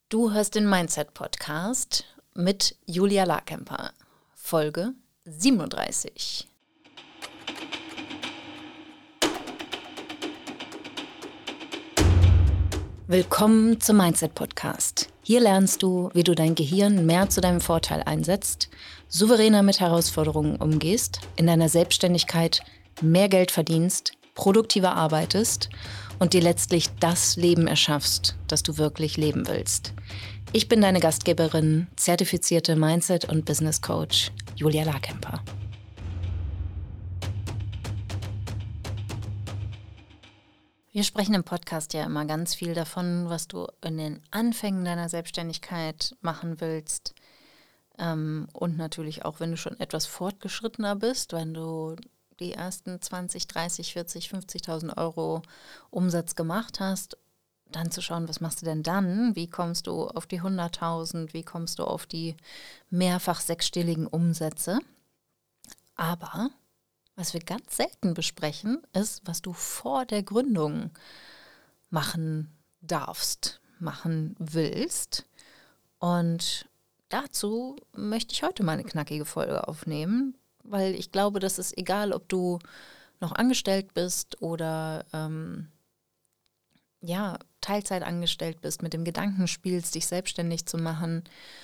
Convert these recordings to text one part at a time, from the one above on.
Du hörst den Mindset-Podcast mit Julia Larkemper, Folge 37. Willkommen zum Mindset-Podcast. Hier lernst du, wie du dein Gehirn mehr zu deinem Vorteil einsetzt, souveräner mit Herausforderungen umgehst, in deiner Selbstständigkeit mehr Geld verdienst, produktiver arbeitest und dir letztlich das Leben erschaffst, das du wirklich leben willst. Ich bin deine Gastgeberin, zertifizierte Mindset- und Business Coach Julia Larkemper. Wir sprechen im Podcast ja immer ganz viel davon, was du in den Anfängen deiner Selbstständigkeit machen willst. Und natürlich auch, wenn du schon etwas fortgeschrittener bist, wenn du die ersten 20, 30, 40, 50.000 Euro Umsatz gemacht hast, dann zu schauen, was machst du denn dann? Wie kommst du auf die 100.000? Wie kommst du auf die mehrfach sechsstelligen Umsätze? Aber was wir ganz selten besprechen, ist, was du vor der Gründung machen darfst, machen willst. Und dazu möchte ich heute mal eine knackige Folge aufnehmen, weil ich glaube, dass es egal, ob du noch angestellt bist oder Teilzeit angestellt bist, mit dem Gedanken spielst, dich selbstständig zu machen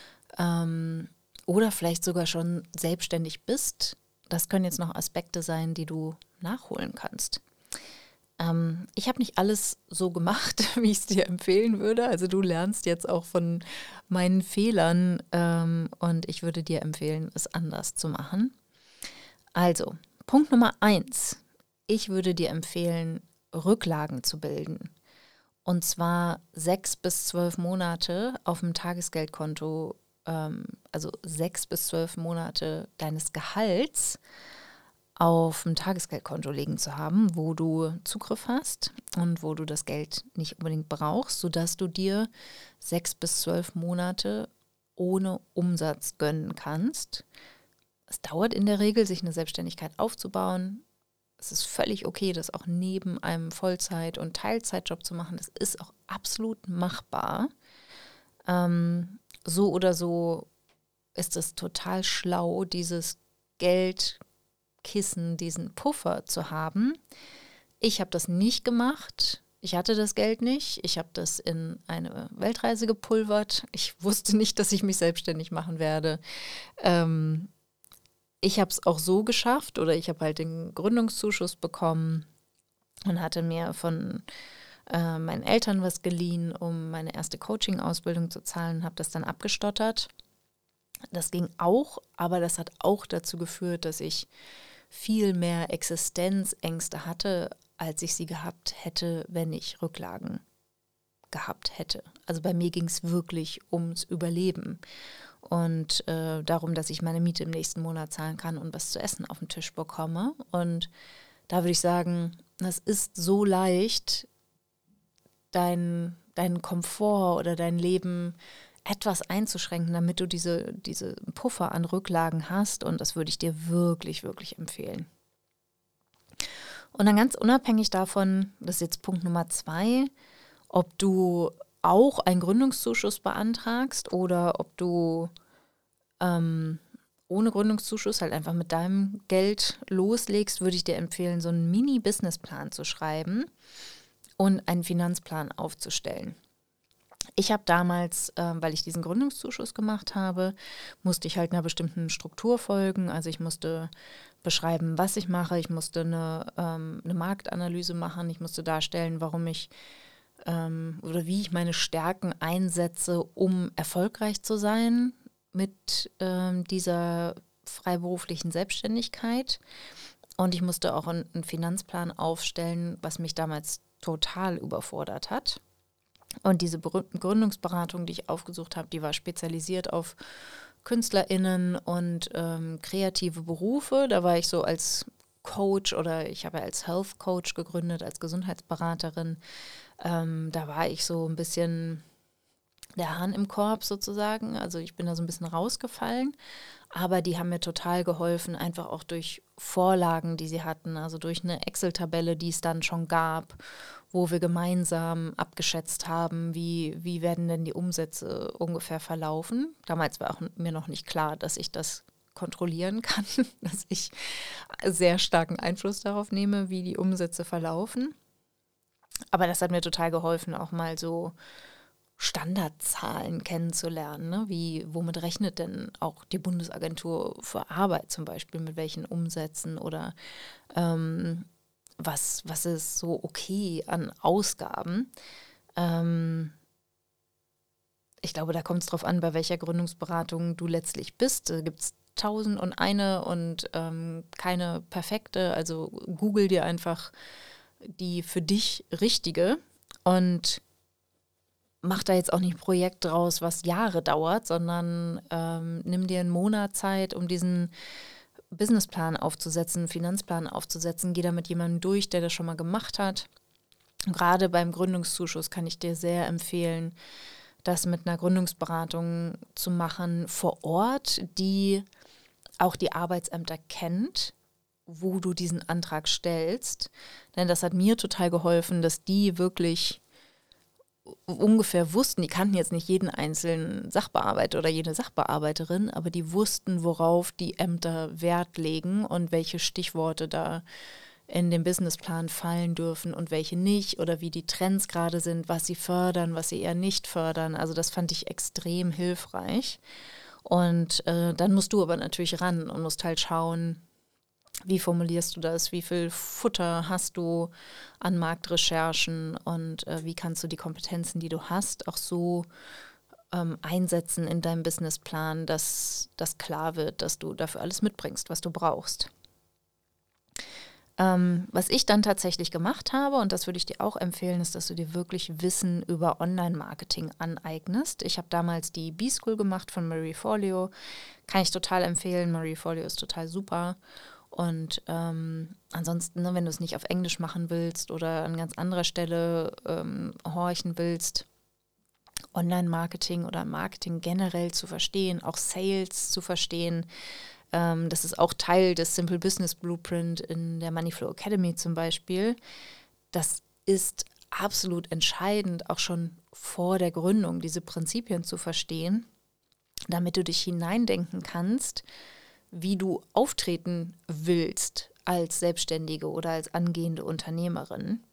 oder vielleicht sogar schon selbstständig bist. Das können jetzt noch Aspekte sein, die du nachholen kannst. Ich habe nicht alles so gemacht, wie ich es dir empfehlen würde. Also du lernst jetzt auch von meinen Fehlern und ich würde dir empfehlen, es anders zu machen. Also, Punkt Nummer 1. Ich würde dir empfehlen, Rücklagen zu bilden. Und zwar 6 bis 12 Monate auf dem Tagesgeldkonto, also 6 bis 12 Monate deines Gehalts auf dem Tagesgeldkonto liegen zu haben, wo du Zugriff hast und wo du das Geld nicht unbedingt brauchst, sodass du dir 6 bis 12 Monate ohne Umsatz gönnen kannst. Es dauert in der Regel, sich eine Selbstständigkeit aufzubauen. Es ist völlig okay, das auch neben einem Vollzeit- und Teilzeitjob zu machen. Das ist auch absolut machbar. So oder so ist es total schlau, dieses Geldkissen, diesen Puffer zu haben. Ich habe das nicht gemacht. Ich hatte das Geld nicht. Ich habe das in eine Weltreise gepulvert. Ich wusste nicht, dass ich mich selbstständig machen werde. Ich habe es auch so geschafft oder ich habe halt den Gründungszuschuss bekommen und hatte mir von meinen Eltern was geliehen, um meine erste Coaching-Ausbildung zu zahlen, habe das dann abgestottert. Das ging auch, aber das hat auch dazu geführt, dass ich viel mehr Existenzängste hatte, als ich sie gehabt hätte, wenn ich Rücklagen gehabt hätte. Also bei mir ging es wirklich ums Überleben und darum, dass ich meine Miete im nächsten Monat zahlen kann und was zu essen auf den Tisch bekomme. Und da würde ich sagen, das ist so leicht, deinen Komfort oder dein Leben etwas einzuschränken, damit du diese Puffer an Rücklagen hast. Und das würde ich dir wirklich, wirklich empfehlen. Und dann ganz unabhängig davon, das ist jetzt Punkt Nummer 2, ob du auch einen Gründungszuschuss beantragst oder ob du ohne Gründungszuschuss halt einfach mit deinem Geld loslegst, würde ich dir empfehlen, so einen Mini-Businessplan zu schreiben und einen Finanzplan aufzustellen. Ich habe damals, weil ich diesen Gründungszuschuss gemacht habe, musste ich halt einer bestimmten Struktur folgen. Also ich musste beschreiben, was ich mache. Ich musste eine Marktanalyse machen. Ich musste darstellen, warum ich oder wie ich meine Stärken einsetze, um erfolgreich zu sein mit dieser freiberuflichen Selbstständigkeit. Und ich musste auch einen Finanzplan aufstellen, was mich damals total überfordert hat. Und diese Gründungsberatung, die ich aufgesucht habe, die war spezialisiert auf KünstlerInnen und kreative Berufe. Da war ich so als Coach oder ich habe als Health Coach gegründet, als Gesundheitsberaterin. Da war ich so ein bisschen der Hahn im Korb sozusagen. Also ich bin da so ein bisschen rausgefallen, aber die haben mir total geholfen, einfach auch durch Vorlagen, die sie hatten, also durch eine Excel-Tabelle, die es dann schon gab, wo wir gemeinsam abgeschätzt haben, wie werden denn die Umsätze ungefähr verlaufen. Damals war auch mir noch nicht klar, dass ich das kontrollieren kann, dass ich sehr starken Einfluss darauf nehme, wie die Umsätze verlaufen. Aber das hat mir total geholfen, auch mal so Standardzahlen kennenzulernen. Ne? Womit rechnet denn auch die Bundesagentur für Arbeit zum Beispiel, mit welchen Umsätzen oder was ist so okay an Ausgaben? Ich glaube, da kommt es drauf an, bei welcher Gründungsberatung du letztlich bist. Da gibt es 1001 und keine perfekte. Also google dir einfach die für dich richtige und mach da jetzt auch nicht ein Projekt draus, was Jahre dauert, sondern nimm dir einen Monat Zeit, um diesen Businessplan aufzusetzen, Finanzplan aufzusetzen. Geh da mit jemandem durch, der das schon mal gemacht hat. Und gerade beim Gründungszuschuss kann ich dir sehr empfehlen, das mit einer Gründungsberatung zu machen vor Ort, die auch die Arbeitsämter kennt, wo du diesen Antrag stellst. Denn das hat mir total geholfen, dass die wirklich ungefähr wussten, die kannten jetzt nicht jeden einzelnen Sachbearbeiter oder jede Sachbearbeiterin, aber die wussten, worauf die Ämter Wert legen und welche Stichworte da in den Businessplan fallen dürfen und welche nicht oder wie die Trends gerade sind, was sie fördern, was sie eher nicht fördern. Also das fand ich extrem hilfreich. Und dann musst du aber natürlich ran und musst halt schauen, wie formulierst du das, wie viel Futter hast du an Marktrecherchen und wie kannst du die Kompetenzen, die du hast, auch so einsetzen in deinem Businessplan, dass das klar wird, dass du dafür alles mitbringst, was du brauchst. Was ich dann tatsächlich gemacht habe, und das würde ich dir auch empfehlen, ist, dass du dir wirklich Wissen über Online-Marketing aneignest. Ich habe damals die B-School gemacht von Marie Forleo. Kann ich total empfehlen. Marie Forleo ist total super. Und ansonsten, ne, wenn du es nicht auf Englisch machen willst oder an ganz anderer Stelle horchen willst, Online-Marketing oder Marketing generell zu verstehen, auch Sales zu verstehen, das ist auch Teil des Simple Business Blueprint in der Moneyflow Academy zum Beispiel. Das ist absolut entscheidend, auch schon vor der Gründung diese Prinzipien zu verstehen, damit du dich hineindenken kannst, wie du auftreten willst als Selbstständige oder als angehende Unternehmerin.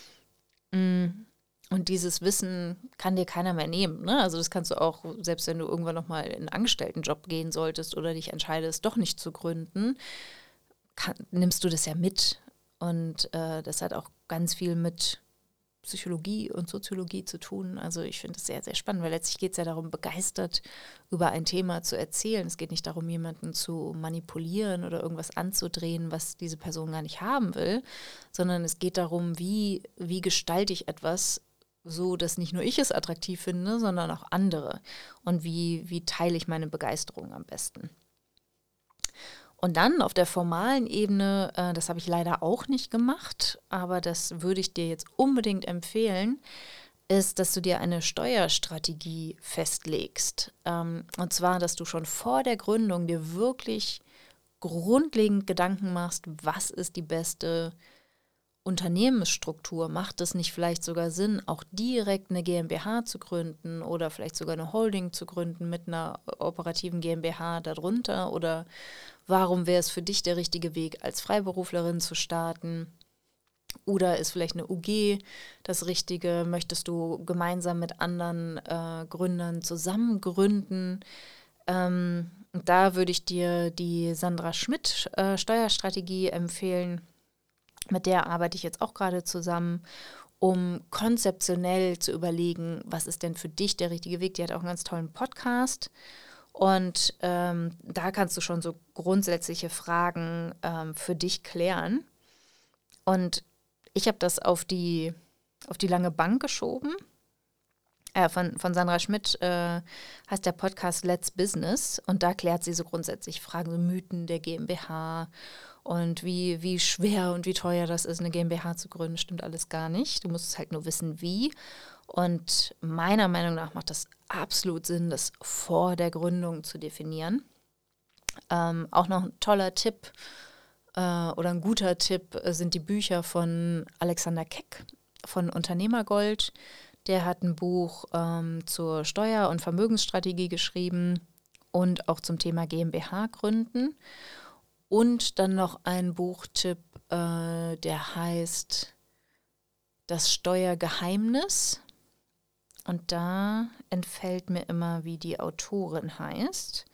Und dieses Wissen kann dir keiner mehr nehmen. Ne? Also das kannst du auch, selbst wenn du irgendwann nochmal in einen Angestelltenjob gehen solltest oder dich entscheidest, doch nicht zu gründen, nimmst du das ja mit. Und das hat auch ganz viel mit Psychologie und Soziologie zu tun. Also ich finde es sehr, sehr spannend, weil letztlich geht es ja darum, begeistert über ein Thema zu erzählen. Es geht nicht darum, jemanden zu manipulieren oder irgendwas anzudrehen, was diese Person gar nicht haben will, sondern es geht darum, wie gestalte ich etwas so, dass nicht nur ich es attraktiv finde, sondern auch andere. Und wie teile ich meine Begeisterung am besten. Und dann auf der formalen Ebene, das habe ich leider auch nicht gemacht, aber das würde ich dir jetzt unbedingt empfehlen, ist, dass du dir eine Steuerstrategie festlegst. Und zwar, dass du schon vor der Gründung dir wirklich grundlegend Gedanken machst, was ist die beste Unternehmensstruktur. Macht es nicht vielleicht sogar Sinn, auch direkt eine GmbH zu gründen oder vielleicht sogar eine Holding zu gründen mit einer operativen GmbH darunter? Oder warum wäre es für dich der richtige Weg, als Freiberuflerin zu starten? Oder ist vielleicht eine UG das Richtige? Möchtest du gemeinsam mit anderen Gründern zusammen gründen? Da würde ich dir die Sandra Schmidt Steuerstrategie empfehlen. Mit der arbeite ich jetzt auch gerade zusammen, um konzeptionell zu überlegen, was ist denn für dich der richtige Weg. Die hat auch einen ganz tollen Podcast. Und da kannst du schon so grundsätzliche Fragen für dich klären. Und ich habe das auf die lange Bank geschoben. Von Sandra Schmidt heißt der Podcast Let's Business. Und da klärt sie so grundsätzlich Fragen, so Mythen der GmbH und wie schwer und wie teuer das ist, eine GmbH zu gründen. Stimmt alles gar nicht. Du musst halt nur wissen, wie. Und meiner Meinung nach macht das absolut Sinn, das vor der Gründung zu definieren. Auch noch ein toller Tipp oder ein guter Tipp sind die Bücher von Alexander Keck von Unternehmergold. Der hat ein Buch zur Steuer- und Vermögensstrategie geschrieben und auch zum Thema GmbH gründen. Und dann noch ein Buchtipp, der heißt Das Steuergeheimnis. Und da entfällt mir immer, wie die Autorin heißt.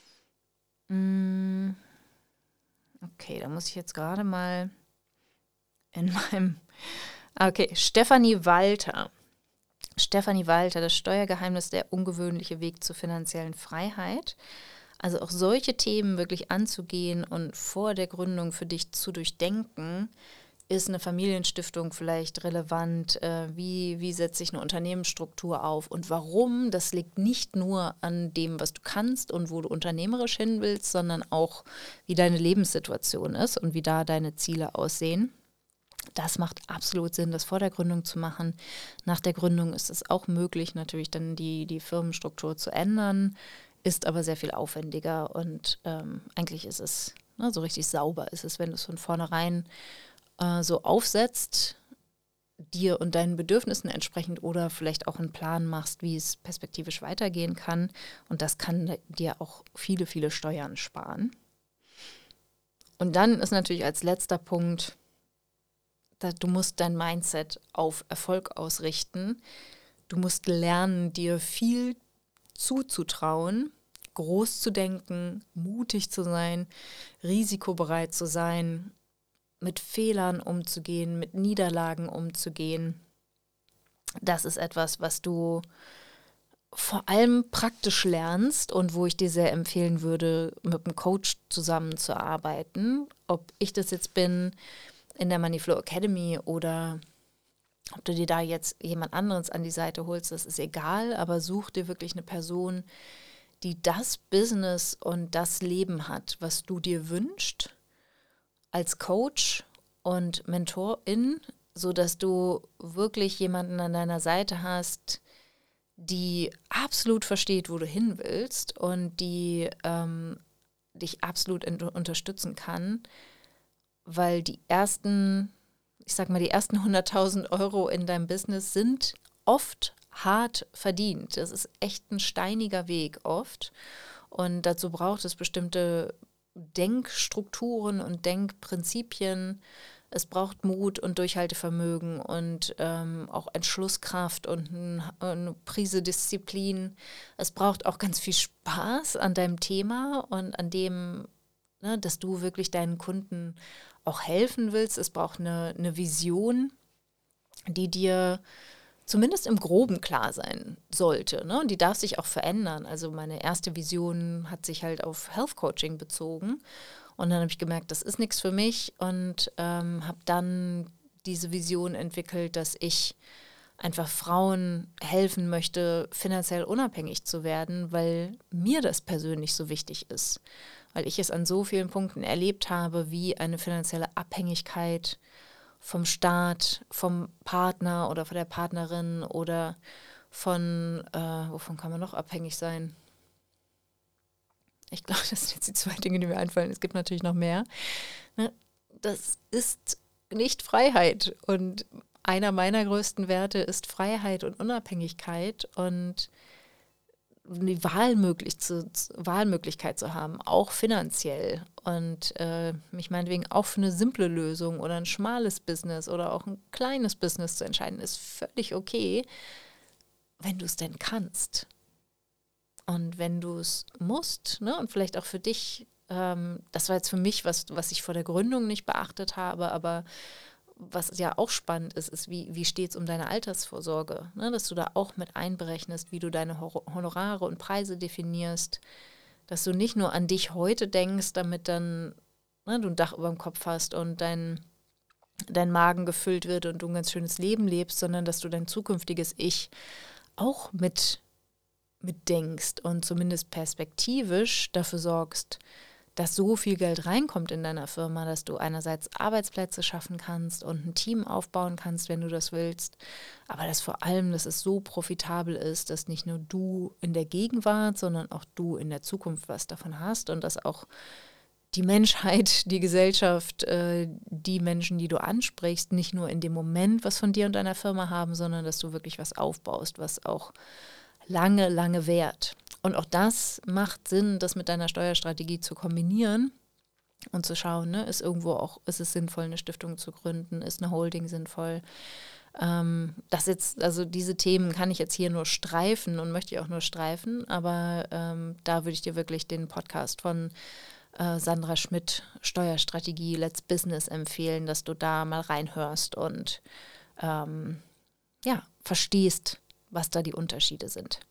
Okay, da muss ich jetzt gerade mal in meinem... Okay, Stefanie Walter. Stefanie Walter, das Steuergeheimnis, der ungewöhnliche Weg zur finanziellen Freiheit. Also auch solche Themen wirklich anzugehen und vor der Gründung für dich zu durchdenken. Ist eine Familienstiftung vielleicht relevant? Wie setze ich eine Unternehmensstruktur auf? Und warum? Das liegt nicht nur an dem, was du kannst und wo du unternehmerisch hin willst, sondern auch, wie deine Lebenssituation ist und wie da deine Ziele aussehen. Das macht absolut Sinn, das vor der Gründung zu machen. Nach der Gründung ist es auch möglich, natürlich dann die Firmenstruktur zu ändern, ist aber sehr viel aufwendiger und eigentlich ist es, so richtig sauber ist es, wenn du es von vornherein so aufsetzt, dir und deinen Bedürfnissen entsprechend oder vielleicht auch einen Plan machst, wie es perspektivisch weitergehen kann. Und das kann dir auch viele, viele Steuern sparen. Und dann ist natürlich als letzter Punkt, du musst dein Mindset auf Erfolg ausrichten. Du musst lernen, dir viel zuzutrauen, groß zu denken, mutig zu sein, risikobereit zu sein, mit Fehlern umzugehen, mit Niederlagen umzugehen. Das ist etwas, was du vor allem praktisch lernst und wo ich dir sehr empfehlen würde, mit einem Coach zusammenzuarbeiten. Ob ich das jetzt bin in der Moneyflow Academy oder ob du dir da jetzt jemand anderes an die Seite holst, das ist egal, aber such dir wirklich eine Person, die das Business und das Leben hat, was du dir wünschst, als Coach und Mentorin, sodass du wirklich jemanden an deiner Seite hast, die absolut versteht, wo du hin willst und die dich absolut unterstützen kann, weil die ersten 100.000 Euro in deinem Business sind oft hart verdient. Das ist echt ein steiniger Weg oft und dazu braucht es bestimmte Denkstrukturen und Denkprinzipien. Es braucht Mut und Durchhaltevermögen und auch Entschlusskraft und eine Prise Disziplin. Es braucht auch ganz viel Spaß an deinem Thema und an dem, dass du wirklich deinen Kunden auch helfen willst. Es braucht eine Vision, die dir zumindest im Groben klar sein sollte. Ne? Und die darf sich auch verändern. Also meine erste Vision hat sich halt auf Health Coaching bezogen. Und dann habe ich gemerkt, das ist nichts für mich und habe dann diese Vision entwickelt, dass ich einfach Frauen helfen möchte, finanziell unabhängig zu werden, weil mir das persönlich so wichtig ist. Weil ich es an so vielen Punkten erlebt habe, wie eine finanzielle Abhängigkeit vom Staat, vom Partner oder von der Partnerin oder wovon kann man noch abhängig sein? Ich glaube, das sind jetzt die zwei Dinge, die mir einfallen. Es gibt natürlich noch mehr. Das ist nicht Freiheit. Und einer meiner größten Werte ist Freiheit und Unabhängigkeit und die Wahlmöglichkeit zu haben, auch finanziell und mich meinetwegen auch für eine simple Lösung oder ein schmales Business oder auch ein kleines Business zu entscheiden, ist völlig okay, wenn du es denn kannst. Und wenn du es musst, ne, und vielleicht auch für dich, das war jetzt für mich was ich vor der Gründung nicht beachtet habe, aber was ja auch spannend ist, wie steht es um deine Altersvorsorge, ne? Dass du da auch mit einberechnest, wie du deine Honorare und Preise definierst, dass du nicht nur an dich heute denkst, damit dann du ein Dach über dem Kopf hast und dein Magen gefüllt wird und du ein ganz schönes Leben lebst, sondern dass du dein zukünftiges Ich auch mitdenkst und zumindest perspektivisch dafür sorgst, dass so viel Geld reinkommt in deiner Firma, dass du einerseits Arbeitsplätze schaffen kannst und ein Team aufbauen kannst, wenn du das willst, aber dass vor allem, dass es so profitabel ist, dass nicht nur du in der Gegenwart, sondern auch du in der Zukunft was davon hast und dass auch die Menschheit, die Gesellschaft, die Menschen, die du ansprichst, nicht nur in dem Moment was von dir und deiner Firma haben, sondern dass du wirklich was aufbaust, was auch lange, lange währt. Und auch das macht Sinn, das mit deiner Steuerstrategie zu kombinieren und zu schauen, ne, ist es sinnvoll, eine Stiftung zu gründen, ist eine Holding sinnvoll. Also diese Themen kann ich jetzt hier nur streifen und möchte ich auch nur streifen, aber da würde ich dir wirklich den Podcast von Sandra Schmidt, Steuerstrategie, Let's Business empfehlen, dass du da mal reinhörst und verstehst, was da die Unterschiede sind.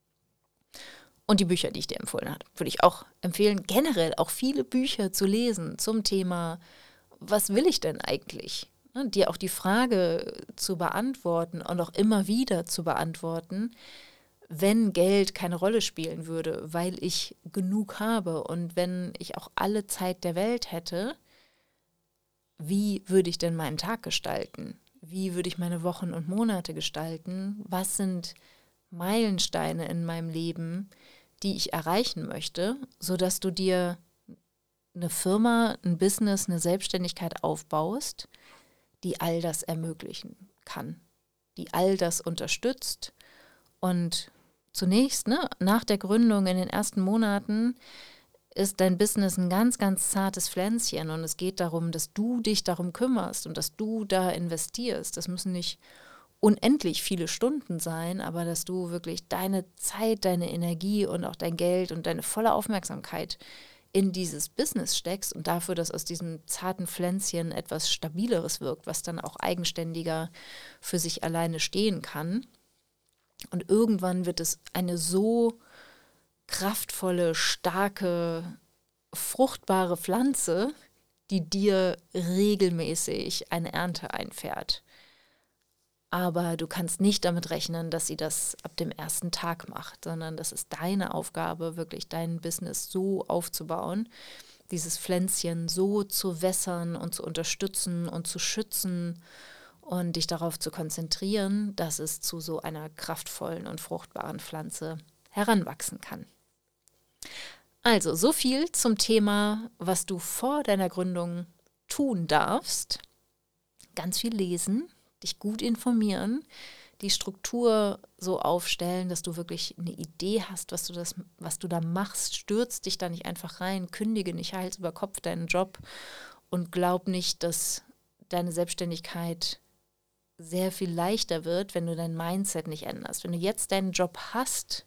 Und die Bücher, die ich dir empfohlen habe, würde ich auch empfehlen, generell auch viele Bücher zu lesen zum Thema, was will ich denn eigentlich? Dir auch die Frage zu beantworten und auch immer wieder zu beantworten, wenn Geld keine Rolle spielen würde, weil ich genug habe und wenn ich auch alle Zeit der Welt hätte, wie würde ich denn meinen Tag gestalten? Wie würde ich meine Wochen und Monate gestalten? Was sind Meilensteine in meinem Leben, die ich erreichen möchte, sodass du dir eine Firma, ein Business, eine Selbstständigkeit aufbaust, die all das ermöglichen kann, die all das unterstützt. Und zunächst, nach der Gründung in den ersten Monaten ist dein Business ein ganz, ganz zartes Pflänzchen und es geht darum, dass du dich darum kümmerst und dass du da investierst. Das müssen nicht unendlich viele Stunden sein, aber dass du wirklich deine Zeit, deine Energie und auch dein Geld und deine volle Aufmerksamkeit in dieses Business steckst und dafür, dass aus diesem zarten Pflänzchen etwas Stabileres wirkt, was dann auch eigenständiger für sich alleine stehen kann. Und irgendwann wird es eine so kraftvolle, starke, fruchtbare Pflanze, die dir regelmäßig eine Ernte einfährt. Aber du kannst nicht damit rechnen, dass sie das ab dem ersten Tag macht, sondern das ist deine Aufgabe, wirklich dein Business so aufzubauen, dieses Pflänzchen so zu wässern und zu unterstützen und zu schützen und dich darauf zu konzentrieren, dass es zu so einer kraftvollen und fruchtbaren Pflanze heranwachsen kann. Also, so viel zum Thema, was du vor deiner Gründung tun darfst. Ganz viel lesen, dich gut informieren, die Struktur so aufstellen, dass du wirklich eine Idee hast, was du da machst. Stürz dich da nicht einfach rein, kündige nicht Hals über Kopf deinen Job und glaub nicht, dass deine Selbstständigkeit sehr viel leichter wird, wenn du dein Mindset nicht änderst. Wenn du jetzt deinen Job hast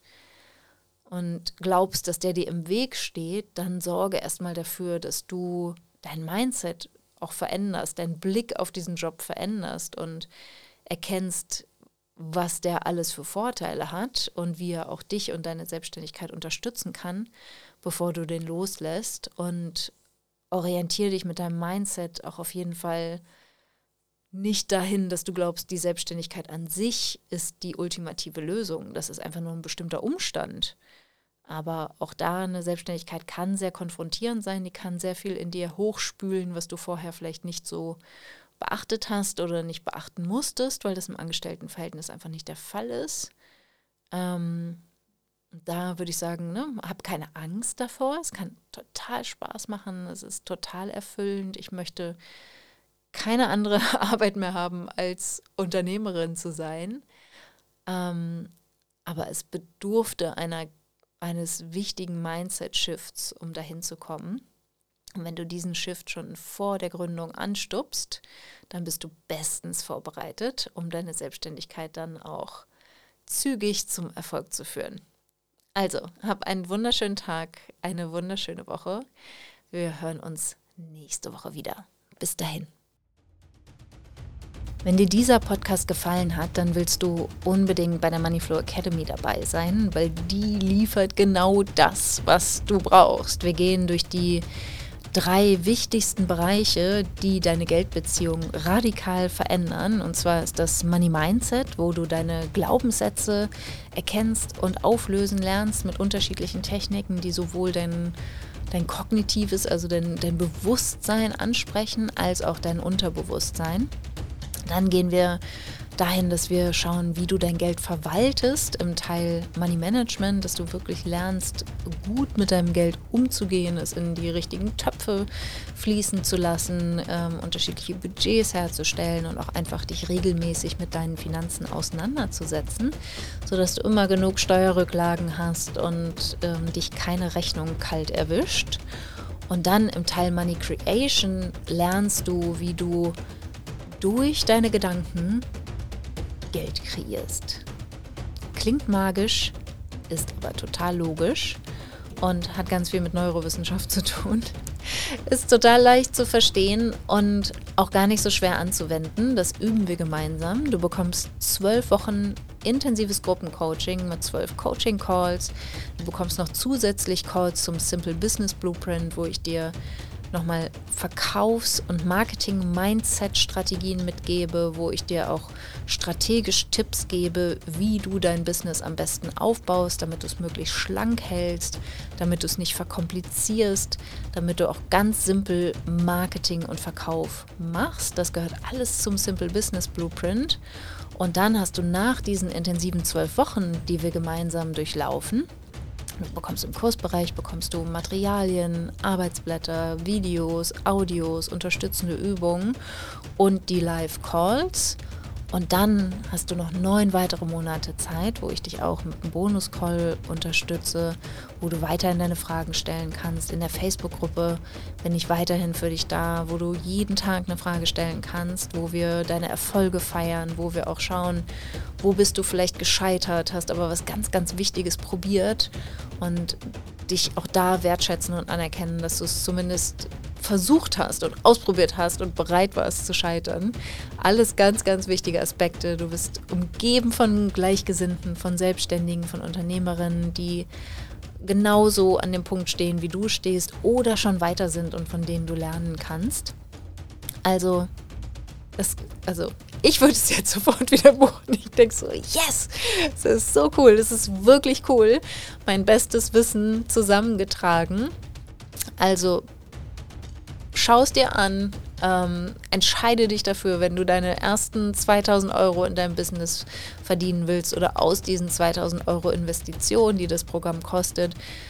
und glaubst, dass der dir im Weg steht, dann sorge erstmal dafür, dass du dein Mindset auch veränderst, deinen Blick auf diesen Job veränderst und erkennst, was der alles für Vorteile hat und wie er auch dich und deine Selbstständigkeit unterstützen kann, bevor du den loslässt, und orientiere dich mit deinem Mindset auch auf jeden Fall nicht dahin, dass du glaubst, die Selbstständigkeit an sich ist die ultimative Lösung. Das ist einfach nur ein bestimmter Umstand. Aber auch da, eine Selbstständigkeit kann sehr konfrontierend sein, die kann sehr viel in dir hochspülen, was du vorher vielleicht nicht so beachtet hast oder nicht beachten musstest, weil das im Angestelltenverhältnis einfach nicht der Fall ist. Da würde ich sagen, hab keine Angst davor. Es kann total Spaß machen, es ist total erfüllend. Ich möchte keine andere Arbeit mehr haben, als Unternehmerin zu sein. Aber es bedurfte eines wichtigen Mindset-Shifts, um dahin zu kommen. Und wenn du diesen Shift schon vor der Gründung anstupst, dann bist du bestens vorbereitet, um deine Selbstständigkeit dann auch zügig zum Erfolg zu führen. Also, hab einen wunderschönen Tag, eine wunderschöne Woche. Wir hören uns nächste Woche wieder. Bis dahin. Wenn dir dieser Podcast gefallen hat, dann willst du unbedingt bei der Moneyflow Academy dabei sein, weil die liefert genau das, was du brauchst. Wir gehen durch die 3 wichtigsten Bereiche, die deine Geldbeziehung radikal verändern. Und zwar ist das Money Mindset, wo du deine Glaubenssätze erkennst und auflösen lernst mit unterschiedlichen Techniken, die sowohl dein dein kognitives, also dein Bewusstsein ansprechen, als auch dein Unterbewusstsein. Dann gehen wir dahin, dass wir schauen, wie du dein Geld verwaltest im Teil Money Management, dass du wirklich lernst, gut mit deinem Geld umzugehen, es in die richtigen Töpfe fließen zu lassen, unterschiedliche Budgets herzustellen und auch einfach dich regelmäßig mit deinen Finanzen auseinanderzusetzen, sodass du immer genug Steuerrücklagen hast und dich keine Rechnung kalt erwischt. Und dann im Teil Money Creation lernst du, wie du durch deine Gedanken Geld kreierst. Klingt magisch, ist aber total logisch und hat ganz viel mit Neurowissenschaft zu tun. Ist total leicht zu verstehen und auch gar nicht so schwer anzuwenden. Das üben wir gemeinsam. Du bekommst 12 Wochen intensives Gruppencoaching mit 12 Coaching-Calls. Du bekommst noch zusätzlich Calls zum Simple Business Blueprint, wo ich dir nochmal Verkaufs- und Marketing-Mindset-Strategien mitgebe, wo ich dir auch strategisch Tipps gebe, wie du dein Business am besten aufbaust, damit du es möglichst schlank hältst, damit du es nicht verkomplizierst, damit du auch ganz simpel Marketing und Verkauf machst. Das gehört alles zum Simple Business Blueprint. Und dann hast du nach diesen intensiven 12 Wochen, die wir gemeinsam durchlaufen, du bekommst im Kursbereich Materialien, Arbeitsblätter, Videos, Audios, unterstützende Übungen und die Live-Calls. Und dann hast du noch 9 weitere Monate Zeit, wo ich dich auch mit einem Bonus-Call unterstütze, wo du weiterhin deine Fragen stellen kannst. In der Facebook-Gruppe bin ich weiterhin für dich da, wo du jeden Tag eine Frage stellen kannst, wo wir deine Erfolge feiern, wo wir auch schauen, wo bist du vielleicht gescheitert, hast aber was ganz, ganz Wichtiges probiert und dich auch da wertschätzen und anerkennen, dass du es zumindest versucht hast und ausprobiert hast und bereit warst zu scheitern. Alles ganz, ganz wichtige Aspekte. Du bist umgeben von Gleichgesinnten, von Selbstständigen, von Unternehmerinnen, die genauso an dem Punkt stehen, wie du stehst oder schon weiter sind und von denen du lernen kannst. Also ich würde es jetzt sofort wieder buchen. Ich denke so, yes, das ist so cool, das ist wirklich cool. Mein bestes Wissen zusammengetragen. Also schau es dir an, entscheide dich dafür, wenn du deine ersten 2.000 Euro in deinem Business verdienen willst oder aus diesen 2.000 Euro Investitionen, die das Programm kostet,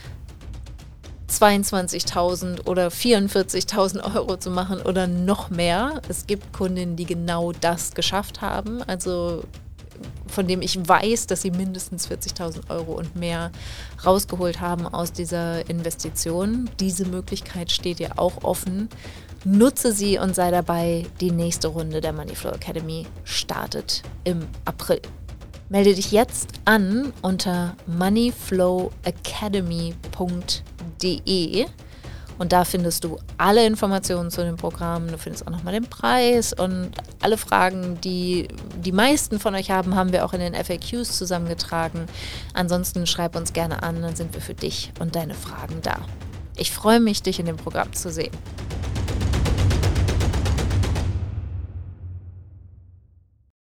22.000 oder 44.000 Euro zu machen oder noch mehr. Es gibt Kundinnen, die genau das geschafft haben, also von dem ich weiß, dass sie mindestens 40.000 Euro und mehr rausgeholt haben aus dieser Investition. Diese Möglichkeit steht dir auch offen. Nutze sie und sei dabei. Die nächste Runde der Moneyflow Academy startet im April. Melde dich jetzt an unter moneyflowacademy.de und da findest du alle Informationen zu dem Programm. Du findest auch nochmal den Preis und alle Fragen, die die meisten von euch haben, haben wir auch in den FAQs zusammengetragen. Ansonsten schreib uns gerne an, dann sind wir für dich und deine Fragen da. Ich freue mich, dich in dem Programm zu sehen.